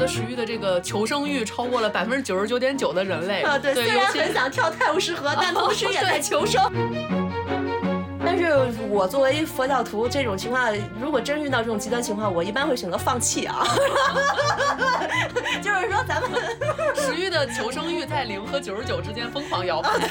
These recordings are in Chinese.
得石玉的这个求生欲超过了99.9%的人类。 对，虽然很想跳泰晤士河，但同时也在求生。但是我作为佛教徒，这种情况如果真遇到这种极端情况，我一般会选择放弃啊。就是说咱们石玉的求生欲在0和99之间疯狂摇摆。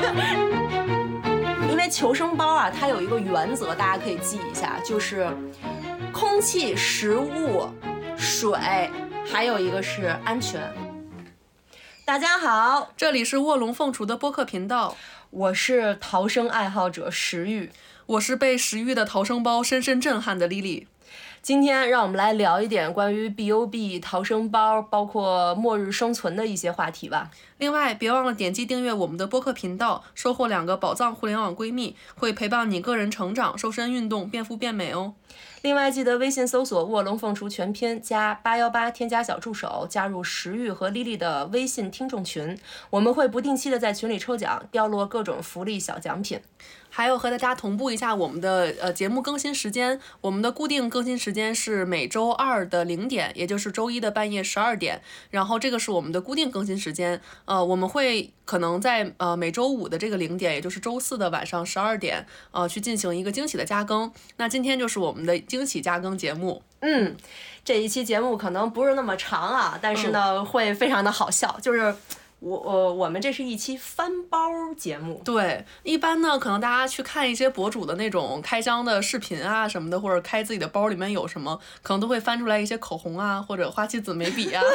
因为求生包啊，它有一个原则，大家可以记一下，就是空气、食物、水，还有一个是安全。大家好， 这里是卧龙凤雏的播客频道， 我是逃生爱好者石玉， 我是被石玉的逃生包深深震撼的 Lily。 今天让我们来聊一点关于 BOB 逃生包，包括末日生存的一些话题吧。 另外，别忘了点击订阅我们的播客频道，收获2个宝藏互联网闺蜜，会陪伴你个人成长、瘦身运动、变富变美哦。 另外，记得微信搜索卧龙凤雏全拼加818，添加小助手，加入石玉和莉莉的微信听众群，我们会不定期的在群里抽奖，掉落各种福利小奖品。 还有和大家同步一下我们的节目更新时间，我们的固定更新时间是每周2的0点，也就是周一的半夜12点，然后这个是我们的固定更新时间。我们会可能在每周5的这个0点，也就是周4的晚上12点，去进行一个惊喜的加更。那今天就是我们的惊喜加更节目。 这一期节目可能不是那么长啊，但是呢，会非常的好笑，就是我们这是一期翻包节目。 对，一般呢，可能大家去看一些博主的那种开箱的视频啊什么的，或者开自己的包里面有什么，可能都会翻出来一些口红啊，或者花旗紫眉笔啊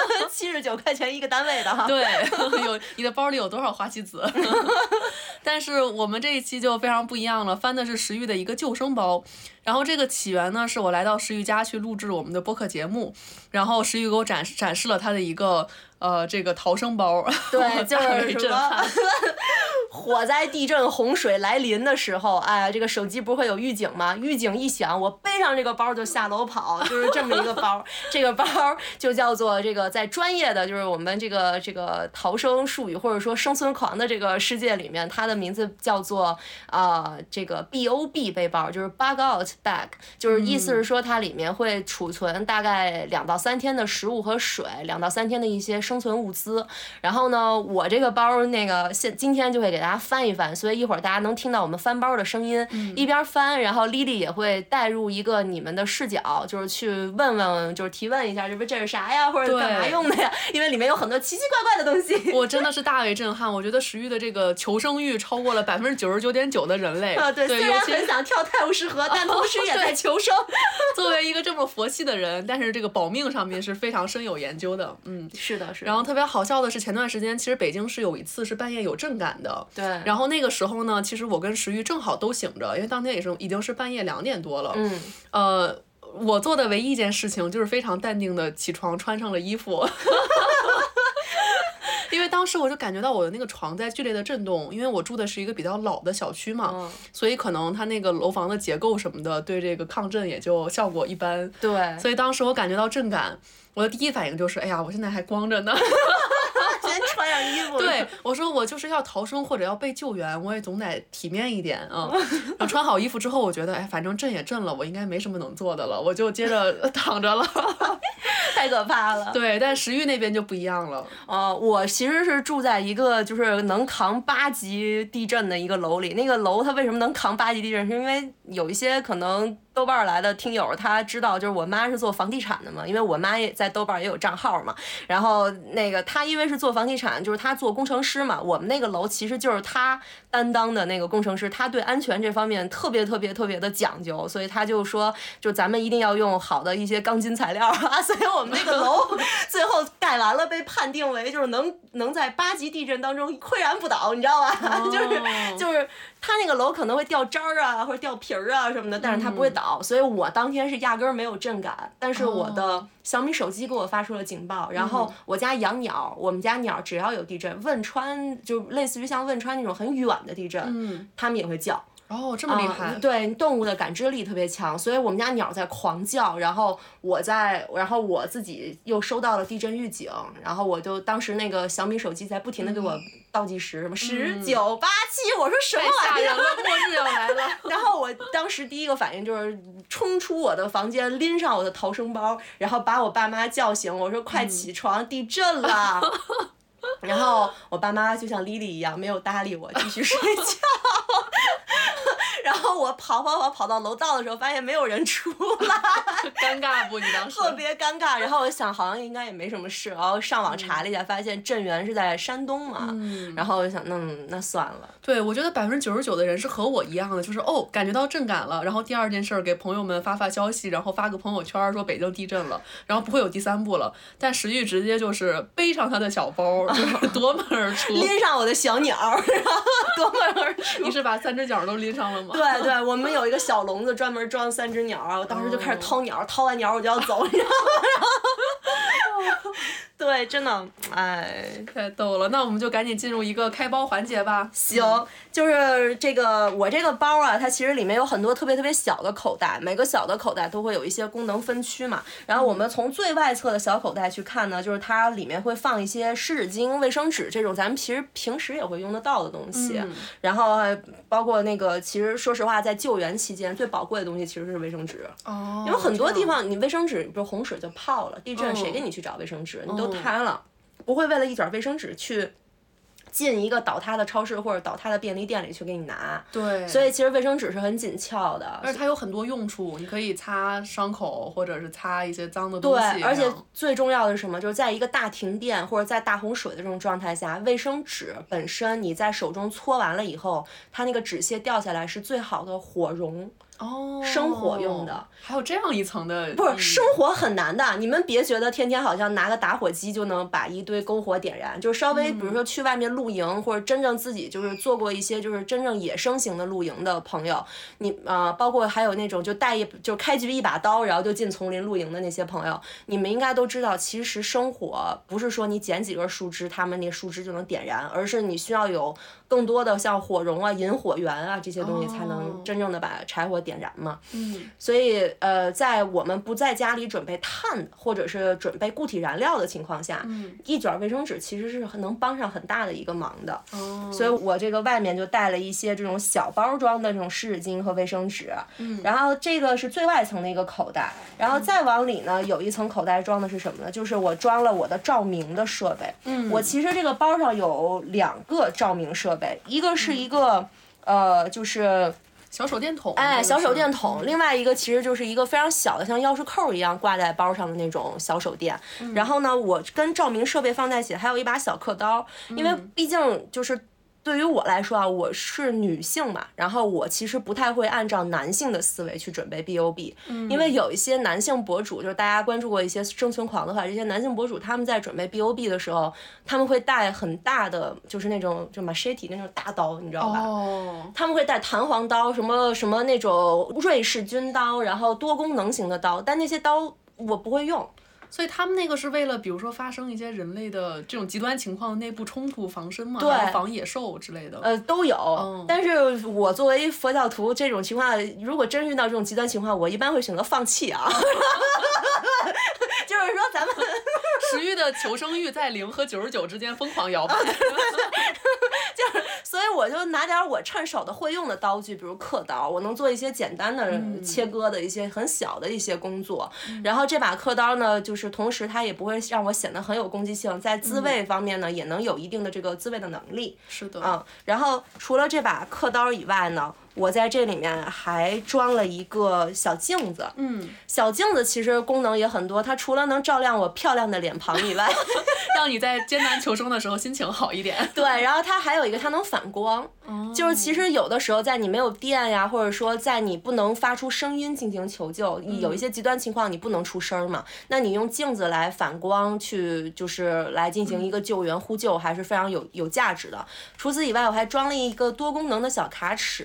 ，79块钱一个单位的哈。 对，有你的包里有多少花旗紫？但是我们这一期就非常不一样了，翻的是石玉的一个救生包。然后这个起源呢，是我来到石玉家去录制我们的播客节目，然后石玉给我展示了他的一个这个逃生包。 对，就是什么火灾、地震、洪水来临的时候，哎，这个手机不会有预警吗？预警一响，我背上这个包就下楼跑，就是这么一个包。这个包就叫做这个在专业的就是我们这个逃生术语或者说生存狂的这个世界里面，它的名字叫做这个 BOB 背包，就是 Bug Out Bag， 就是意思是说它里面会储存大概2到3天的食物和水，2到3天的一些生存物资。然后呢，我这个包那个今天就会给大家翻一翻，所以一会儿大家能听到我们翻包的声音，一边翻，然后 Lily 也会带入一个你们的视角，就是去问问，就是提问一下，这是啥呀，或者干嘛用的呀？因为里面有很多奇奇怪怪的东西。 我真的是大为震撼，我觉得石玉的这个求生欲超过了99.9%的人类。 对，虽然很想跳泰晤士河，但同时也在求生。 作为一个这么佛系的人，但是这个保命上面是非常深有研究的。 是的。 然后特别好笑的是，前段时间其实北京是有一次是半夜有震感的。 对。 然后那个时候呢，其实我跟石玉正好都醒着，因为当天已经是半夜2点多了。我做的唯一一件事情就是非常淡定的起床，穿上了衣服。因为当时我就感觉到我的那个床在剧烈的震动，因为我住的是一个比较老的小区嘛，所以可能它那个楼房的结构什么的对这个抗震也就效果一般。 对， 所以当时我感觉到震感，我的第一反应就是哎呀，我现在还光着呢。 先穿上衣服。 对，我说我就是要逃生或者要被救援，我也总得体面一点啊。然后穿好衣服之后，我觉得哎，反正震也震了，我应该没什么能做的了，我就接着躺着了。 太可怕了。 对，但石玉那边就不一样了。 我其实是住在一个就是能扛8级地震的一个楼里。那个楼它为什么能扛8级地震？是因为有一些可能豆瓣来的听友他知道，就是我妈是做房地产的嘛，因为我妈也在豆瓣也有账号嘛。然后那个她因为是做房地产，就是她做工程师嘛，我们那个楼其实就是她担当的那个工程师，她对安全这方面特别的讲究，所以她就说，就咱们一定要用好的一些钢筋材料啊。所以我们那个楼最后盖完了，被判定为就是能在8级地震当中岿然不倒，你知道吧？就是它那个楼可能会掉渣儿啊，或者掉皮儿啊什么的，但是它不会倒。所以我当天是压根儿没有震感，但是我的小米手机给我发出了警报。然后我家养鸟，我们家鸟只要有地震，汶川就类似于像汶川那种很远的地震，它们也会叫。 哦，这么厉害。 对，动物的感知力特别强，所以我们家鸟在狂叫，然后我自己又收到了地震预警，然后我就当时那个小米手机在不停的给我倒计时，什么1987，我说什么玩意儿， 末日要来了。 然后我当时第一个反应就是冲出我的房间，拎上我的逃生包，然后把我爸妈叫醒，我说快起床，地震了。然后我爸妈就像莉莉一样没有搭理我，继续睡觉。然后我跑到楼道的时候，发现没有人出来， 尴尬不？你当时特别尴尬。然后我想好像应该也没什么事，然后上网查了一下，发现震源是在山东嘛。然后我就想，那算了。 对，我觉得99%的人是和我一样的，就是感觉到震感了，然后第二件事给朋友们发消息，然后发个朋友圈说北京地震了，然后不会有第3步了。但石玉直接就是背上他的小包，就是夺门而出， 拎上我的小鸟，然后夺门而出。 你是把3只鸟都拎上了吗？ 对，我们有一个小笼子专门装3只鸟，我当时就开始掏鸟，掏完鸟我就要走，你知道吗？对，真的，哎， 太逗了。那我们就赶紧进入一个开包环节吧。 行，就是我这个包啊，它其实里面有很多特别特别小的口袋，每个小的口袋都会有一些功能分区嘛。然后我们从最外侧的小口袋去看呢，就是它里面会放一些湿纸巾、卫生纸这种咱们平时也会用得到的东西。然后包括那个，其实说实话，在救援期间最宝贵的东西其实是卫生纸。因为很多地方你卫生纸，比如洪水就泡了，地震谁给你去找卫生纸？你都瘫了，不会为了一卷卫生纸去进一个倒塌的超市或者倒塌的便利店里去给你拿。 对， 所以其实卫生纸是很紧俏的， 而且它有很多用处，你可以擦伤口或者是擦一些脏的东西。 对，而且最重要的是什么？就是在一个大停电或者在大洪水的这种状态下，卫生纸本身你在手中搓完了以后，它那个纸屑掉下来是最好的火绒。生活用的， 还有这样一层的， 不是生活很难的。你们别觉得天天好像拿个打火机就能把一堆篝火点燃，就稍微比如说去外面露营，或者真正自己就是做过一些就是真正野生型的露营的朋友，你包括还有那种就开局一把刀，然后就进丛林露营的那些朋友，你们应该都知道，其实生活不是说你捡几根树枝，它们那树枝就能点燃，而是你需要有更多的像火绒啊、引火源啊这些东西，才能真正的把柴火点燃嘛。所以在我们不在家里准备炭或者是准备固体燃料的情况下，一卷卫生纸其实是能帮上很大的一个忙的。所以我这个外面就带了一些这种小包装的这种湿纸巾和卫生纸。然后这个是最外层的一个口袋，然后再往里呢有一层口袋装的是什么呢？就是我装了我的照明的设备。我其实这个包上有2个照明设备，一个是一个就是小手电筒， 小手电筒。另外一个其实就是一个非常小的，像钥匙扣一样挂在包上的那种小手电。然后呢，我跟照明设备放在一起，还有一把小刻刀，因为毕竟就是对于我来说啊，我是女性嘛，然后我其实不太会按照男性的思维去准备 BOB，因为有一些男性博主，就是大家关注过一些生存狂的话，这些男性博主他们在准备 BOB 的时候，他们会带很大的，就是那种就 machete 那种大刀，你知道吧？他们会带弹簧刀，什么那种瑞士军刀，然后多功能型的刀，但那些刀我不会用。 所以他们那个是为了，比如说发生一些人类的这种极端情况内部冲突防身嘛， 对， 防野兽之类的。 都有。但是我作为佛教徒，这种情况如果真遇到这种极端情况，我一般会选择放弃啊。就是说咱们石玉的求生欲在0和99之间疯狂摇摆。 就是所以我就拿点我趁手的会用的刀具，比如刻刀，我能做一些简单的切割的一些很小的一些工作。然后这把刻刀呢，就是同时它也不会让我显得很有攻击性，在自卫方面呢，也能有一定的这个自卫的能力。 是的。 然后除了这把刻刀以外呢，我在这里面还装了一个小镜子。小镜子其实功能也很多，它除了能照亮我漂亮的脸庞以外， 让你在艰难求生的时候心情好一点。 对，然后它还有一个，它能反光。就是其实有的时候在你没有电呀，或者说在你不能发出声音进行求救，有一些极端情况你不能出声嘛，那你用镜子来反光去就是来进行一个救援呼救，还是非常有价值的。除此以外，我还装了一个多功能的小卡尺，这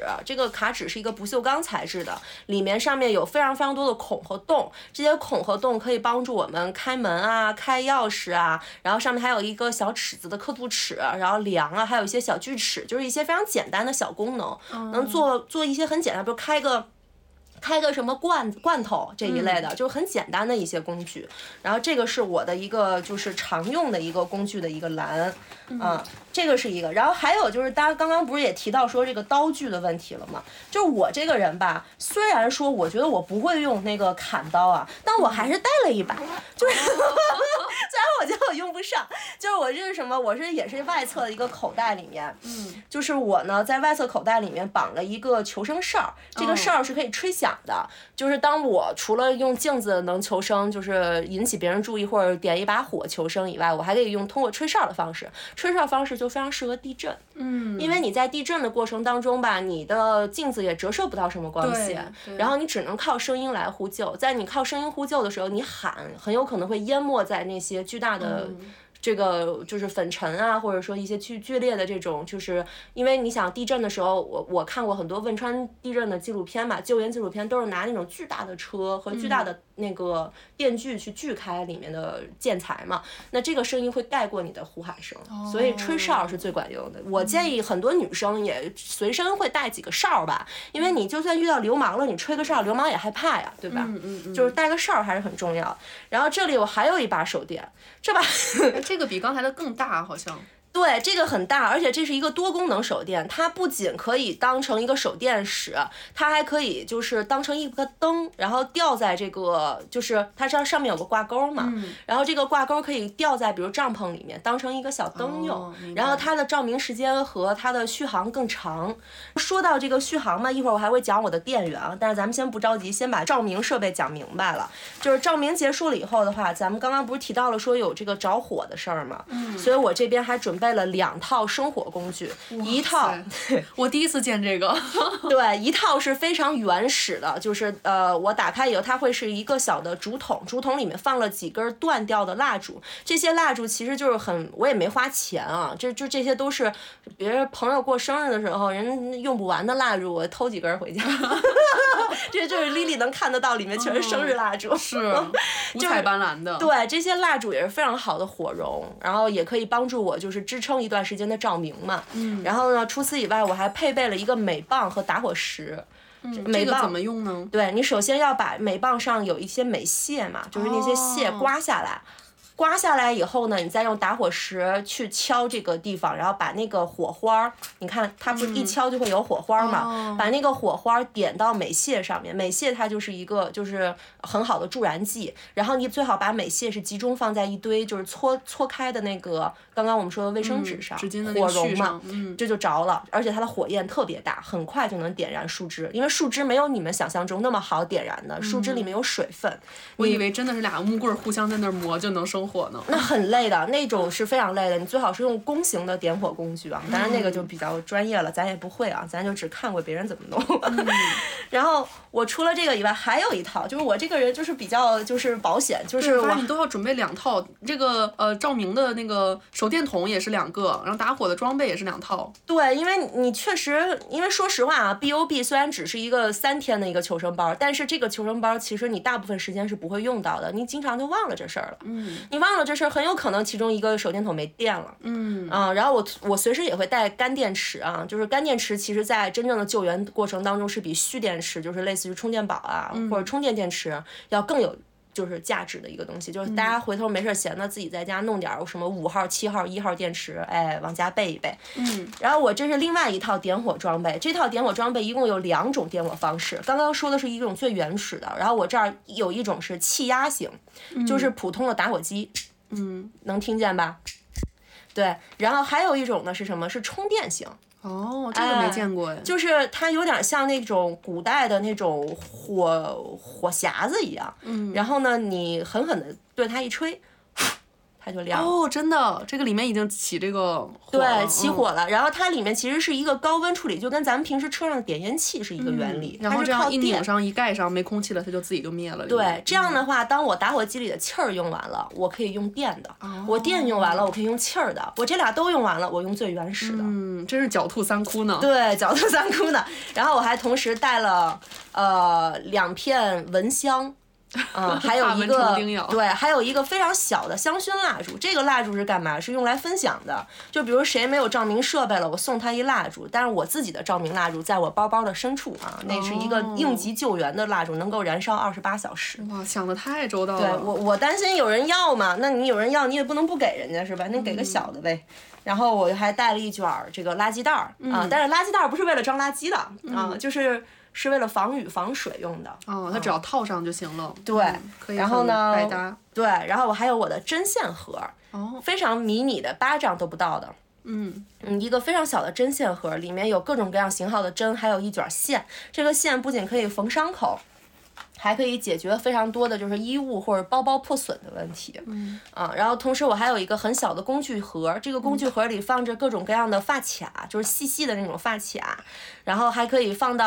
个卡纸是一个不锈钢材质的，里面上面有非常非常多的孔和洞，这些孔和洞可以帮助我们开门啊、开钥匙啊，然后上面还有一个小尺子的刻度尺，然后量啊，还有一些小锯齿，就是一些非常简单的小功能，能做一些很简单，比如开个什么罐头这一类的，就是很简单的一些工具。然后这个是我的一个就是常用的一个工具的一个栏，这个是一个。然后还有就是大家刚刚不是也提到说这个刀具的问题了吗？就是我这个人吧，虽然说我觉得我不会用那个砍刀啊，但我还是带了一把，就是虽然我觉得我用不上，就是我这是什么？我是也是外侧的一个口袋里面，就是我呢在外侧口袋里面绑了一个求生哨，这个哨是可以吹响的，就是当我除了用镜子能求生，就是引起别人注意或者点一把火求生以外，我还可以用通过吹哨的方式。吹哨方式就非常适合地震，因为你在地震的过程当中吧，你的镜子也折射不到什么光线，然后你只能靠声音来呼救。在你靠声音呼救的时候，你喊很有可能会淹没在那些巨大的。这个就是粉尘啊，或者说一些剧烈的这种，就是因为你想地震的时候，我看过很多汶川地震的纪录片嘛，救援纪录片都是拿那种巨大的车和巨大的那个电锯去锯开里面的建材嘛，那这个声音会盖过你的呼喊声，所以吹哨是最管用的。我建议很多女生也随身会带几个哨吧，因为你就算遇到流氓了，你吹个哨，流氓也害怕呀，对吧？就是带个哨还是很重要。然后这里我还有一把手电， 这个比刚才的更大，好像。 对，这个很大，而且这是一个多功能手电，它不仅可以当成一个手电使，它还可以就是当成一个灯，然后吊在这个，就是它这上面有个挂钩嘛，然后这个挂钩可以吊在比如帐篷里面当成一个小灯用，然后它的照明时间和它的续航更长。说到这个续航嘛，一会儿我还会讲我的电源啊，但是咱们先不着急，先把照明设备讲明白了。就是照明结束了以后的话，咱们刚刚不是提到了说有这个着火的事儿嘛，所以我这边还准备了2套生火工具，一套我第一次见这个对，一套是非常原始的，就是我打开以后它会是一个小的竹筒，竹筒里面放了几根断掉的蜡烛，这些蜡烛其实就是我也没花钱啊，这些都是别人朋友过生日的时候人用不完的蜡烛，我偷几根回家这就是 Lily 能看得到，里面全是生日蜡烛， 是五彩斑斓的。 对，这些蜡烛也是非常好的火绒，然后也可以帮助我就是支撑一段时间的照明嘛。然后呢，除此以外，我还配备了一个镁棒和打火石。 这个怎么用呢？ 对，你首先要把镁棒上有一些镁屑嘛，就是那些屑刮下来。刮下来以后呢，你再用打火石去敲这个地方，然后把那个火花，你看它不一敲就会有火花嘛，把那个火花点到镁屑上面，镁屑它就是一个就是很好的助燃剂，然后你最好把镁屑是集中放在一堆就是搓开的那个刚刚我们说的卫生纸上，火绒嘛，这就着了，而且它的火焰特别大，很快就能点燃树枝，因为树枝没有你们想象中那么好点燃的，树枝里面有水分。 我以为真的是俩木棍互相在那儿磨就能生火呢。 那很累的，那种是非常累的，你最好是用弓形的点火工具啊，当然那个就比较专业了，咱也不会啊，咱就只看过别人怎么弄。然后我除了这个以外，还有一套，就是我这个人就是比较就是保险，就是我你都要准备2套，这个照明的那个手电筒也是2个，然后打火的装备也是2套。 对，因为你确实，因为说实话啊 ，BOB 虽然只是一个3天的一个求生包，但是这个求生包其实你大部分时间是不会用到的，你经常就忘了这事儿了。你忘了这事儿，很有可能其中一个手电筒没电了。然后我随时也会带干电池啊，就是干电池其实在真正的救援过程当中是比蓄电池，就是类似于充电宝啊或者充电电池要更有就是价值的一个东西，就是大家回头没事闲的自己在家弄点什么5号、7号、1号电池，哎，往家备一备。然后我这是另外一套点火装备，这套点火装备一共有2种点火方式，刚刚说的是一种最原始的，然后我这儿有一种是气压型，就是普通的打火机。能听见吧？对，然后还有一种呢是什么？是充电型。 哦，这个没见过哎。 就是它有点像那种古代的那种火匣子一样。然后呢，你狠狠的对它一吹， 它就亮了。 哦，真的，这个里面已经起这个火了， 对，起火了。然后它里面其实是一个高温处理，就跟咱们平时车上的点烟器是一个原理。 然后这样一拧拧上一盖上，没空气了，它就自己就灭了。 对，这样的话，当我打火机里的气儿用完了，我可以用电的；我电用完了，我可以用气儿的；我这俩都用完了，我用最原始的。 真是狡兔三窟呢。 对，狡兔三窟呢。然后我还同时带了2片蚊香。还有一个对，还有一个非常小的香薰蜡烛。这个蜡烛是干嘛？是用来分享的。就比如谁没有照明设备了，我送他一蜡烛。但是我自己的照明蜡烛在我包包的深处啊，那是一个应急救援的蜡烛，能够燃烧28小时。 哇，想得太周到了。 对，我担心有人要嘛，那你有人要，你也不能不给人家是吧？那给个小的呗。然后我还带了一卷这个垃圾袋啊，但是垃圾袋不是为了装垃圾的啊，是为了防雨防水用的。 哦，它只要套上就行了。 对， 可以然后呢， 百搭。 对，然后我还有我的针线盒，非常迷你的，巴掌都不到的。一个非常小的针线盒，里面有各种各样型号的针，还有一卷线。这个线不仅可以缝伤口，还可以解决非常多的就是衣物或者包包破损的问题。然后同时我还有一个很小的工具盒，这个工具盒里放着各种各样的发卡，就是细细的那种发卡，然后还可以放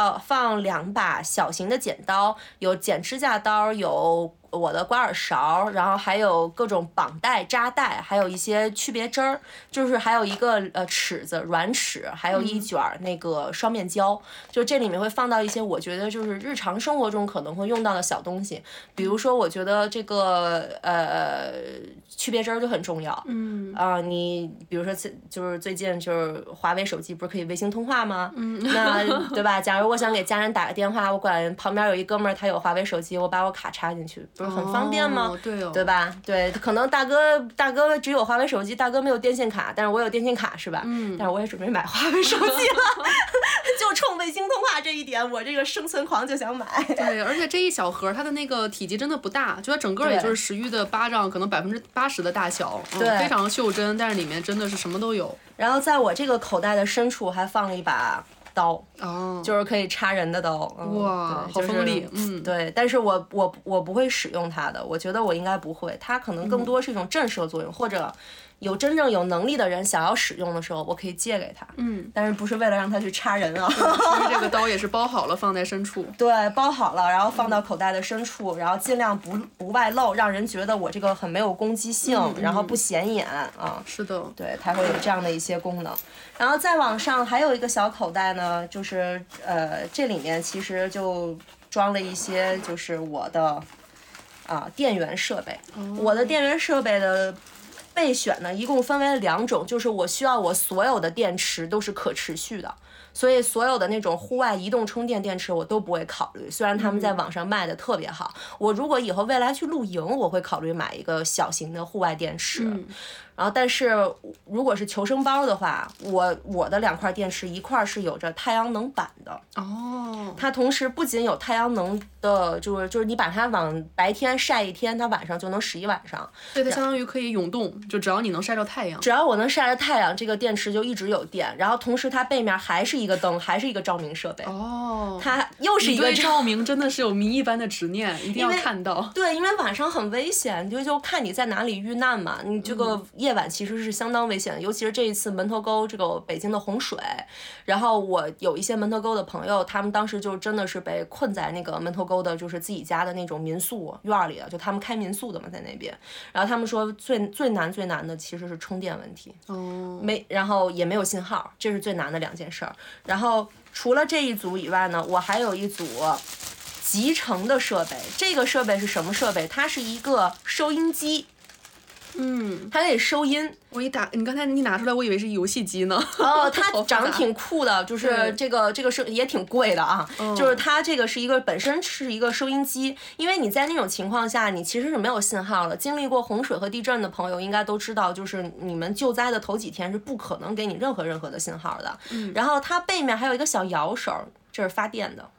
2把小型的剪刀，有剪指甲刀，有我的刮耳勺，然后还有各种绑带、扎带，还有一些区别针儿，就是还有一个尺子、软尺，还有一卷那个双面胶，就这里面会放到一些我觉得就是日常生活中可能会用到的小东西，比如说我觉得这个区别针儿就很重要。你比如说就是最近就是华为手机不是可以卫星通话吗？那对吧？假如我想给家人打个电话，我管旁边有一哥们儿他有华为手机，我把我卡插进去。不是很方便吗？对吧？对，可能大哥只有华为手机，大哥没有电信卡，但是我有电信卡是吧？但是我也准备买华为手机了，就冲卫星通话这一点，我这个生存狂就想买。 对，而且这一小盒它的那个体积真的不大，就它整个也就是石玉的巴掌，可能80%的大小， 对， 非常袖珍，但是里面真的是什么都有。 然后在我这个口袋的深处还放了一把刀，就是可以插人的刀。 哇，好锋利。 对，但是我不会使用它的，我觉得我应该不会，它可能更多是一种震慑作用，或者真正有能力的人想要使用的时候，我可以借给他。但是不是为了让他去插人啊。 其实这个刀也是包好了放在深处。 对，包好了，然后放到口袋的深处，然后尽量不外露，让人觉得我这个很没有攻击性，然后不显眼啊。 是的。 对，它会有这样的一些功能。然后再往上还有一个小口袋呢，就是这里面其实就装了一些就是我的电源设备。我的电源设备的备选呢，一共分为2种，就是我需要我所有的电池都是可持续的。所以所有的那种户外移动充电电池我都不会考虑，虽然他们在网上卖的特别好。我如果以后未来去露营，我会考虑买一个小型的户外电池。然后，但是如果是求生包的话，我的2块电池，一块是有着太阳能板的。它同时不仅有太阳能的，就是你把它往白天晒一天，它晚上就能使一晚上。 对，它相当于可以永动，就只要你能晒着太阳。 只要我能晒着太阳，这个电池就一直有电。然后同时它背面还是一个灯，还是一个照明设备。它又是一个。 你对照明真的是有谜一般的执念，一定要看到。 对，因为晚上很危险，就看你在哪里遇难嘛。你这个夜晚其实是相当危险的，尤其是这一次门头沟这个北京的洪水。然后我有一些门头沟的朋友，他们当时就真的是被困在那个门头沟的，就是自己家的那种民宿院里的，就他们开民宿的嘛，在那边。然后他们说最难的其实是充电问题。然后也没有信号，这是最难的2件事儿。然后除了这一组以外呢，我还有一组集成的设备。这个设备是什么设备？它是一个收音机。它可以收音。 你刚才你拿出来，我以为是游戏机呢。 它长得挺酷的，就是这个是也挺贵的啊。就是它这个是一个本身是一个收音机，因为你在那种情况下，你其实是没有信号了。经历过洪水和地震的朋友应该都知道，就是你们救灾的头几天是不可能给你任何的信号的。然后它背面还有一个小摇手。这是发电的。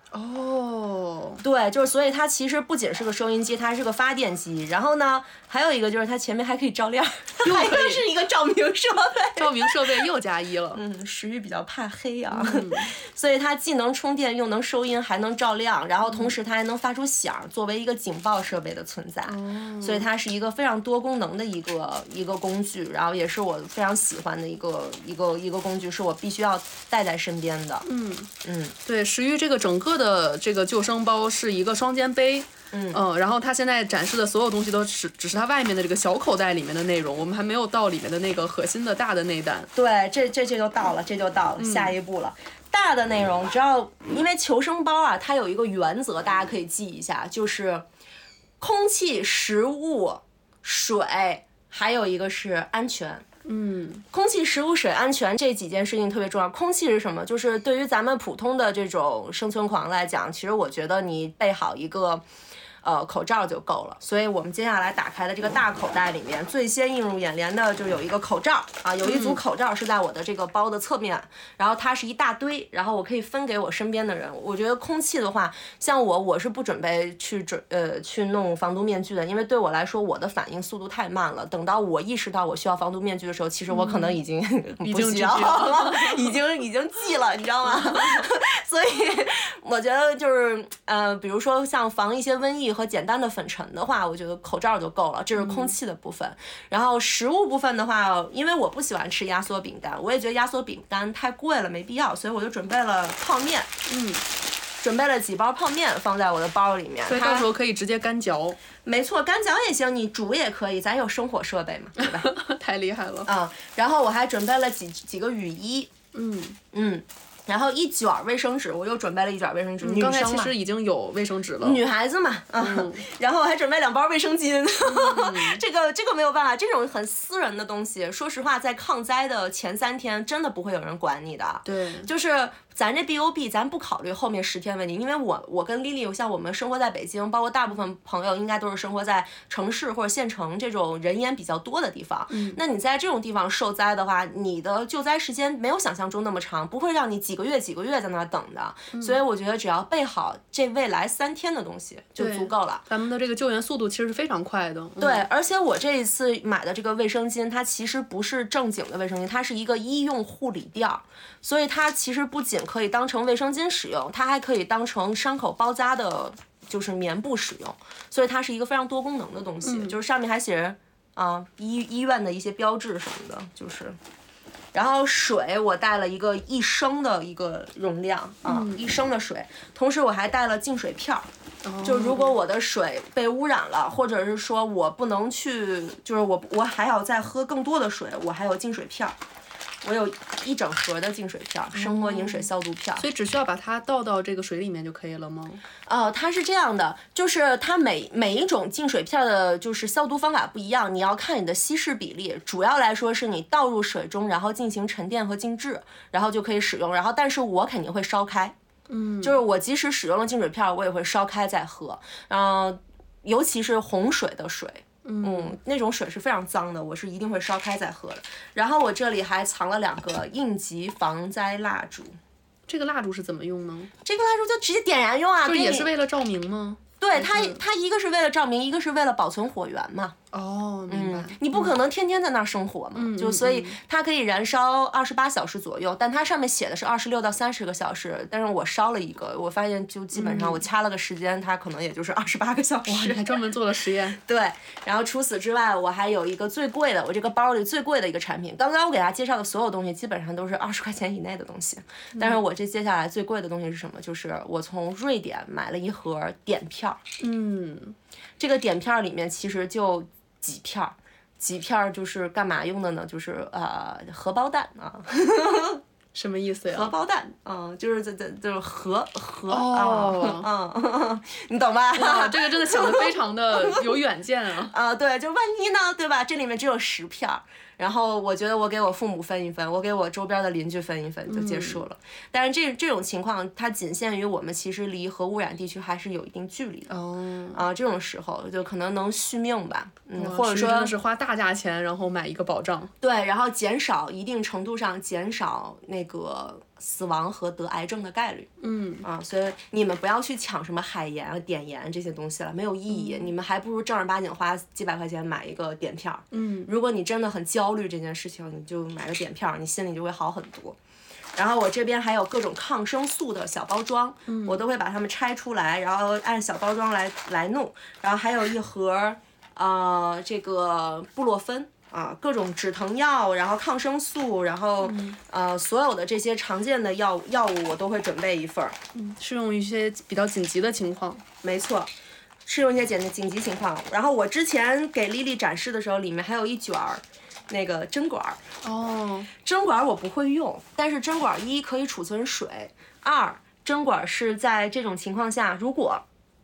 哦， 对，就是所以它其实不仅是个收音机，它是个发电机。然后呢，还有一个就是它前面还可以照亮，还有是一个照明设备。 照明设备又加一了。 石玉比较怕黑啊，所以它既能充电又能收音，还能照亮，然后同时它还能发出响，作为一个警报设备的存在。所以它是一个非常多功能的一个工具，然后也是我非常喜欢的一个工具，是我必须要带在身边的。 对，石玉这个整个的这个救生包是一个双肩背。然后它现在展示的所有东西都只是它外面的这个小口袋里面的内容，我们还没有到里面的那个核心的大的内胆。 对，这就到了，下一步了。大的内容，只要因为求生包啊，它有一个原则，大家可以记一下，就是空气、食物、水，还有一个是安全。空气、食物、水、安全这几件事情特别重要。空气是什么？就是对于咱们普通的这种生存狂来讲，其实我觉得你备好一个口罩就够了。所以我们接下来打开的这个大口袋里面，最先映入眼帘的就有一个口罩啊，有一组口罩是在我的这个包的侧面，然后它是一大堆，然后我可以分给我身边的人。我觉得空气的话，像我是不准备去弄防毒面具的，因为对我来说我的反应速度太慢了。等到我意识到我需要防毒面具的时候，其实我可能已经不需要了，已经记了，你知道吗？所以我觉得就是比如说像防一些瘟疫和简单的粉尘的话，我觉得口罩就够了，这是空气的部分。然后食物部分的话，因为我不喜欢吃压缩饼干，我也觉得压缩饼干太贵了，没必要，所以我就准备了泡面。准备了几包泡面放在我的包里面， 所以到时候可以直接干嚼。 没错，干嚼也行，你煮也可以，咱有生火设备嘛，对吧？ 太厉害了。 然后我还准备了几个雨衣。然后一卷卫生纸，我又准备了一卷卫生纸。女生嘛， 刚才其实已经有卫生纸了。 女孩子嘛，然后我还准备2包卫生巾。这个没有办法，这种很私人的东西，说实话，在抗灾的前3天，真的不会有人管你的。 对， 就是咱这 BOB， 咱不考虑后面10天问题，因为我跟丽丽，像我们生活在北京，包括大部分朋友应该都是生活在城市或者县城这种人烟比较多的地方。那你在这种地方受灾的话，你的救灾时间没有想象中那么长，不会让你几个月在那等的。所以我觉得只要备好这未来3天的东西就足够了。 咱们的这个救援速度其实是非常快的。 对，而且我这一次买的这个卫生巾，它其实不是正经的卫生巾，它是一个医用护理垫，所以它其实不仅可以当成卫生巾使用，它还可以当成伤口包扎的，就是棉布使用，所以它是一个非常多功能的东西。就是上面还写着医院的一些标志什么的，就是。然后水我带了一个1升的一个容量1升的水，同时我还带了净水片儿。就如果我的水被污染了，或者是说我不能去，就是我还要再喝更多的水，我还有净水片儿。我有1整盒的净水片，生活饮水消毒片。 所以只需要把它倒到这个水里面就可以了吗？ 它是这样的，就是它每一种净水片的就是消毒方法不一样，你要看你的稀释比例。主要来说是你倒入水中，然后进行沉淀和静置，然后就可以使用。然后但是我肯定会烧开，就是我即使使用了净水片，我也会烧开再喝。尤其是洪水的水。那种水是非常脏的，我是一定会烧开再喝的。然后我这里还藏了2个应急防灾蜡烛。 这个蜡烛是怎么用呢？ 这个蜡烛就直接点燃用啊， 就也是为了照明吗？ 对，它一个是为了照明，一个是为了保存火源嘛。 明白。 你不可能天天在那儿生火嘛，就所以它可以燃烧28小时左右，但它上面写的是26到30个小时。但是我烧了一个，我发现就基本上我掐了个时间，它可能也就是28个小时。 哇，你还专门做了实验。 对，然后除此之外，我还有一个最贵的，我这个包里最贵的一个产品。刚刚我给大家介绍的所有东西基本上都是20块钱以内的东西，但是我这接下来最贵的东西是什么？就是我从瑞典买了一盒碘片。这个碘片里面其实就几片就是干嘛用的呢？就是荷包蛋啊。 什么意思呀？ 荷包蛋，就是核你懂吧？ 哇，这个真的想得非常的有远见啊！ 对，就万一呢，对吧？这里面只有10片。然后我觉得我给我父母分一分，我给我周边的邻居分一分就结束了。但是这种情况它仅限于我们其实离核污染地区还是有一定距离的。这种时候就可能能续命吧。或者说真的是花大价钱然后买一个保障。 对，然后一定程度上减少那个死亡和得癌症的概率。所以你们不要去抢什么海盐啊、碘盐这些东西了，没有意义。你们还不如正儿八经花几百块钱买一个碘片。如果你真的很焦虑这件事情，你就买个碘片，你心里就会好很多。然后我这边还有各种抗生素的小包装，我都会把它们拆出来，然后按小包装来弄。然后还有一盒这个布洛芬。各种止疼药，然后抗生素，然后所有的这些常见的药物我都会准备一份儿， 适用一些比较紧急的情况。 没错，适用一些紧急情况。然后我之前给丽丽展示的时候，里面还有一卷儿那个针管。针管我不会用，但是针管一可以储存水，二针管是在这种情况下，如果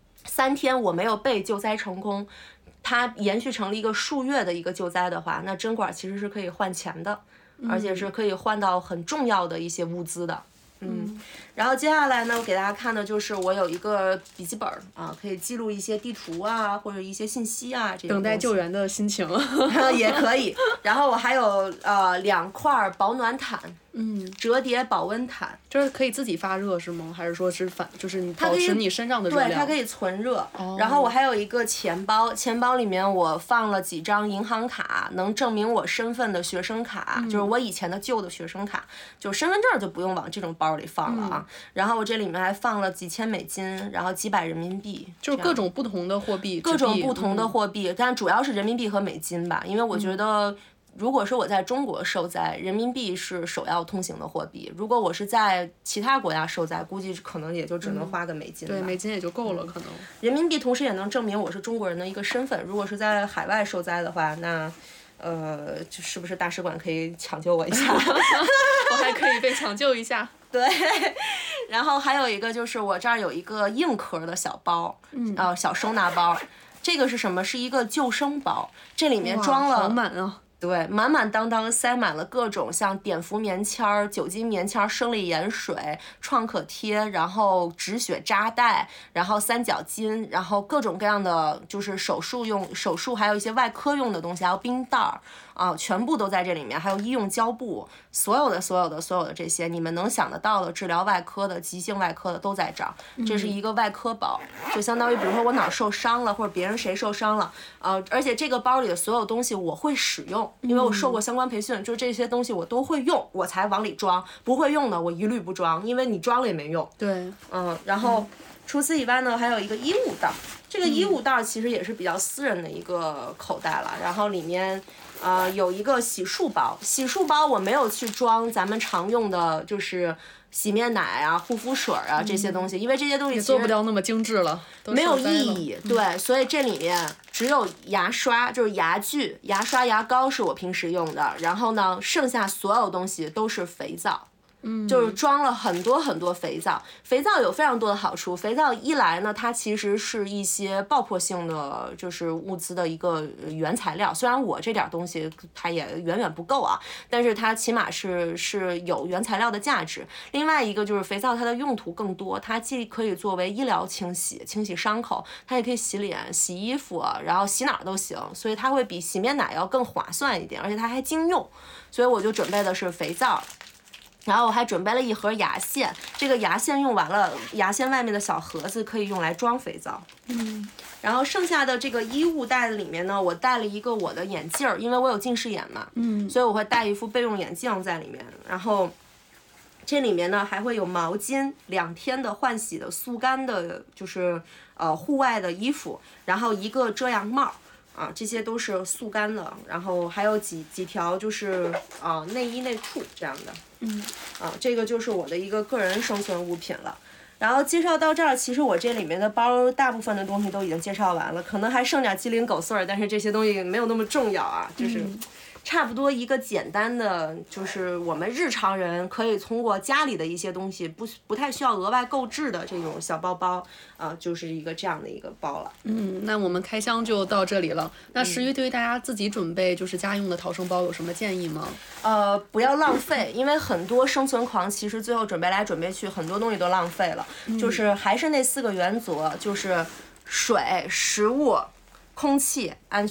3天我没有被救灾成功，它延续成了一个数月的一个救灾的话，那针管其实是可以换钱的，而且是可以换到很重要的一些物资的。然后接下来呢，我给大家看的就是我有一个笔记本可以记录一些地图啊，或者一些信息啊，这些等待救援的心情也可以。然后我还有2块保暖毯，折叠保温毯， 就是可以自己发热是吗？还是说是就是你保持你身上的热量？ 对，它可以存热。然后我还有一个钱包，钱包里面我放了几张银行卡，能证明我身份的学生卡，就是我以前的旧的学生卡，就身份证就不用往这种包里放了啊。然后我这里面还放了几千美金，然后几百人民币， 就是各种不同的货币， 各种不同的货币，但主要是人民币和美金吧，因为我觉得。如果是我在中国受灾，人民币是首要通行的货币。如果我是在其他国家受灾，估计可能也就只能花个美金吧。 对，美金也就够了，可能。 人民币同时也能证明我是中国人的一个身份。如果是在海外受灾的话，那是不是大使馆可以抢救我一下？ 我还可以被抢救一下。 对，然后还有一个就是我这儿有一个硬壳的小包，小收纳包。这个是什么？是一个救生包，这里面装了。 好满啊！ 对，满满当当塞满了各种像碘伏棉签、酒精棉签、生理盐水、创可贴，然后止血扎带，然后三角巾，然后各种各样的就是手术还有一些外科用的东西，还有冰袋儿全部都在这里面，还有医用胶布，所有的这些你们能想得到的治疗外科的、急性外科的都在这儿。这是一个外科包，就相当于比如说我哪儿受伤了，或者别人谁受伤了，而且这个包里的所有东西我会使用。因为我受过相关培训，就是这些东西我都会用，我才往里装。不会用的我一律不装，因为你装了也没用。 对， 然后除此以外呢，还有一个衣物袋。这个衣物袋其实也是比较私人的一个口袋了，然后里面有一个洗漱包。洗漱包我没有去装咱们常用的，就是洗面奶啊、护肤水啊这些东西，因为这些东西也做不了那么精致了， 没有意义。对，所以这里面只有牙刷，就是牙具、牙刷、牙膏是我平时用的，然后呢，剩下所有东西都是肥皂。就是装了很多很多肥皂。肥皂有非常多的好处。肥皂一来呢，它其实是一些爆破性的就是物资的一个原材料。虽然我这点东西它也远远不够啊，但是它起码是有原材料的价值。另外一个就是肥皂它的用途更多，它既可以作为医疗清洗伤口，它也可以洗脸、洗衣服，然后洗哪儿都行。所以它会比洗面奶要更划算一点，而且它还经用。所以我就准备的是肥皂。然后我还准备了一盒牙线，这个牙线用完了，牙线外面的小盒子可以用来装肥皂。然后剩下的这个衣物袋子里面呢，我带了一个我的眼镜儿，因为我有近视眼嘛，所以我会带一副备用眼镜在里面。然后这里面呢还会有毛巾、2天的换洗的速干的，就是户外的衣服，然后一个遮阳帽。这些都是速干的，然后还有几条就是内衣内裤这样的。这个就是我的一个个人生存物品了。然后介绍到这儿，其实我这里面的包大部分的东西都已经介绍完了，可能还剩点鸡零狗碎儿，但是这些东西没有那么重要啊，就是差不多一个简单的，就是我们日常人可以通过家里的一些东西不太需要额外购置的这种小包包，就是一个这样的一个包了。 那我们开箱就到这里了。那石玉对于大家自己准备就是家用的逃生包有什么建议吗？ 不要浪费，因为很多生存狂其实最后准备来准备去，很多东西都浪费了。就是还是那4个原则，就是水、食物、空气、安全。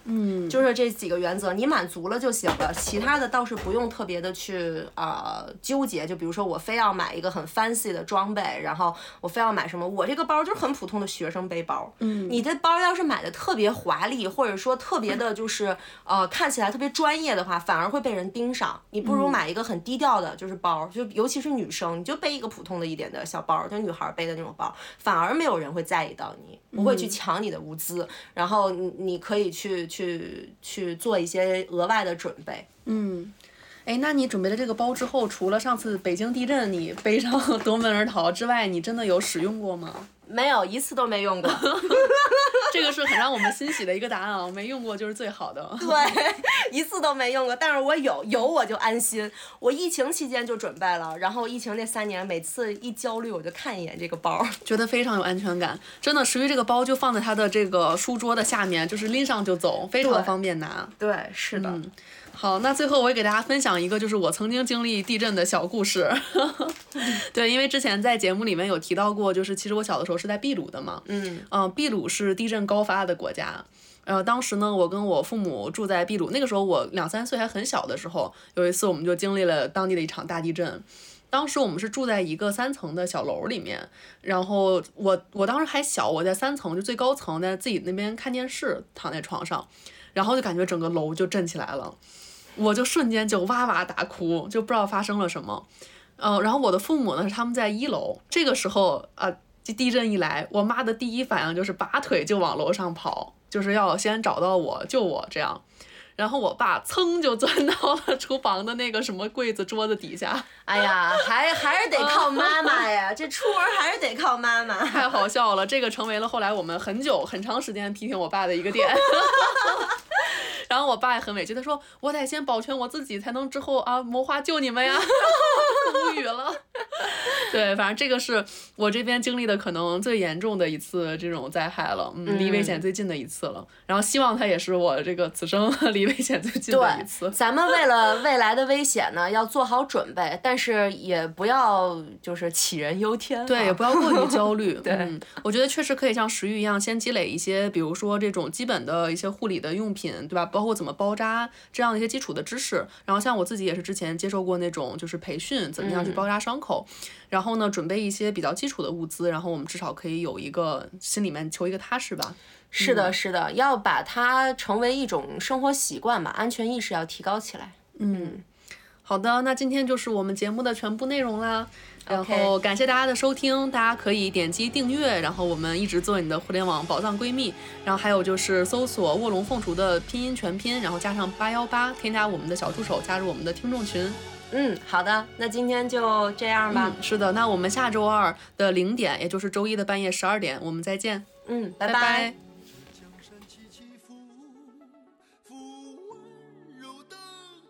就是这几个原则，你满足了就行了，其他的倒是不用特别的去纠结。就比如说我非要买一个很 fancy 的装备，然后我非要买什么，我这个包就是很普通的学生背包。你的包要是买的特别华丽，或者说特别的就是看起来特别专业的话，反而会被人盯上。你不如买一个很低调的，就是包，就尤其是女生，你就背一个普通的一点的小包，就女孩背的那种包，反而没有人会在意到你，不会去抢你的物资，然后你可以去做一些额外的准备。 哎，那你准备了这个包之后，除了上次北京地震你背上夺门而逃之外，你真的有使用过吗？ 没有，一次都没用过。 这个是很让我们欣喜的一个答案啊，没用过就是最好的。 对，一次都没用过，但是我有我就安心。我疫情期间就准备了，然后疫情那3年，每次一焦虑我就看一眼这个包， 觉得非常有安全感。真的，实际这个包就放在它的这个书桌的下面，就是拎上就走，非常方便拿。 对，是的。 好，那最后我也给大家分享一个，就是我曾经经历地震的小故事。对，因为之前在节目里面有提到过，就是其实我小的时候是在秘鲁的嘛。秘鲁是地震高发的国家。当时呢，我跟我父母住在秘鲁，那个时候我2、3岁还很小的时候，有一次我们就经历了当地的一场大地震。当时我们是住在一个3层的小楼里面，然后我当时还小，我在3层就最高层，在自己那边看电视，躺在床上，然后就感觉整个楼就震起来了。我就瞬间就哇哇大哭，就不知道发生了什么。然后我的父母呢，他们在1楼。这个时候地震一来，我妈的第一反应就是拔腿就往楼上跑，就是要先找到我救我这样。然后我爸噌就钻到了厨房的那个什么柜子桌子底下。 哎呀，还是得靠妈妈呀，这出门还是得靠妈妈。 太好笑了，这个成为了后来我们很长时间批评我爸的一个点。然后我爸也很委屈，他说我得先保全我自己，才能之后谋划救你们呀。无语了。对，反正这个是我这边经历的可能最严重的一次这种灾害了，离危险最近的一次了。然后希望它也是我这个此生离危险最近的一次。 对，咱们为了未来的危险呢，要做好准备，但是也不要就是杞人忧天。 对，也不要过于焦虑。 对， 我觉得确实可以像石玉一样，先积累一些，比如说这种基本的一些护理的用品，对吧？包括怎么包扎这样的一些基础的知识。然后像我自己也是之前接受过那种就是培训，怎么样去包扎伤口。然后呢，准备一些比较基础的物资，然后我们至少可以有一个心里面求一个踏实吧。 是的，是的，要把它成为一种生活习惯吧，安全意识要提高起来。 好的，那今天就是我们节目的全部内容啦。然后感谢大家的收听，大家可以点击订阅，然后我们一直做你的互联网宝藏闺蜜。然后还有就是搜索卧龙凤雏的拼音全拼，然后加上818，添加我们的小助手，加入我们的听众群。 好的，那今天就这样吧。 是的，那我们下周2的0点，也就是周一的半夜12点，我们再见。 拜拜。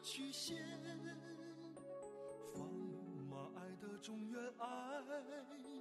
中原爱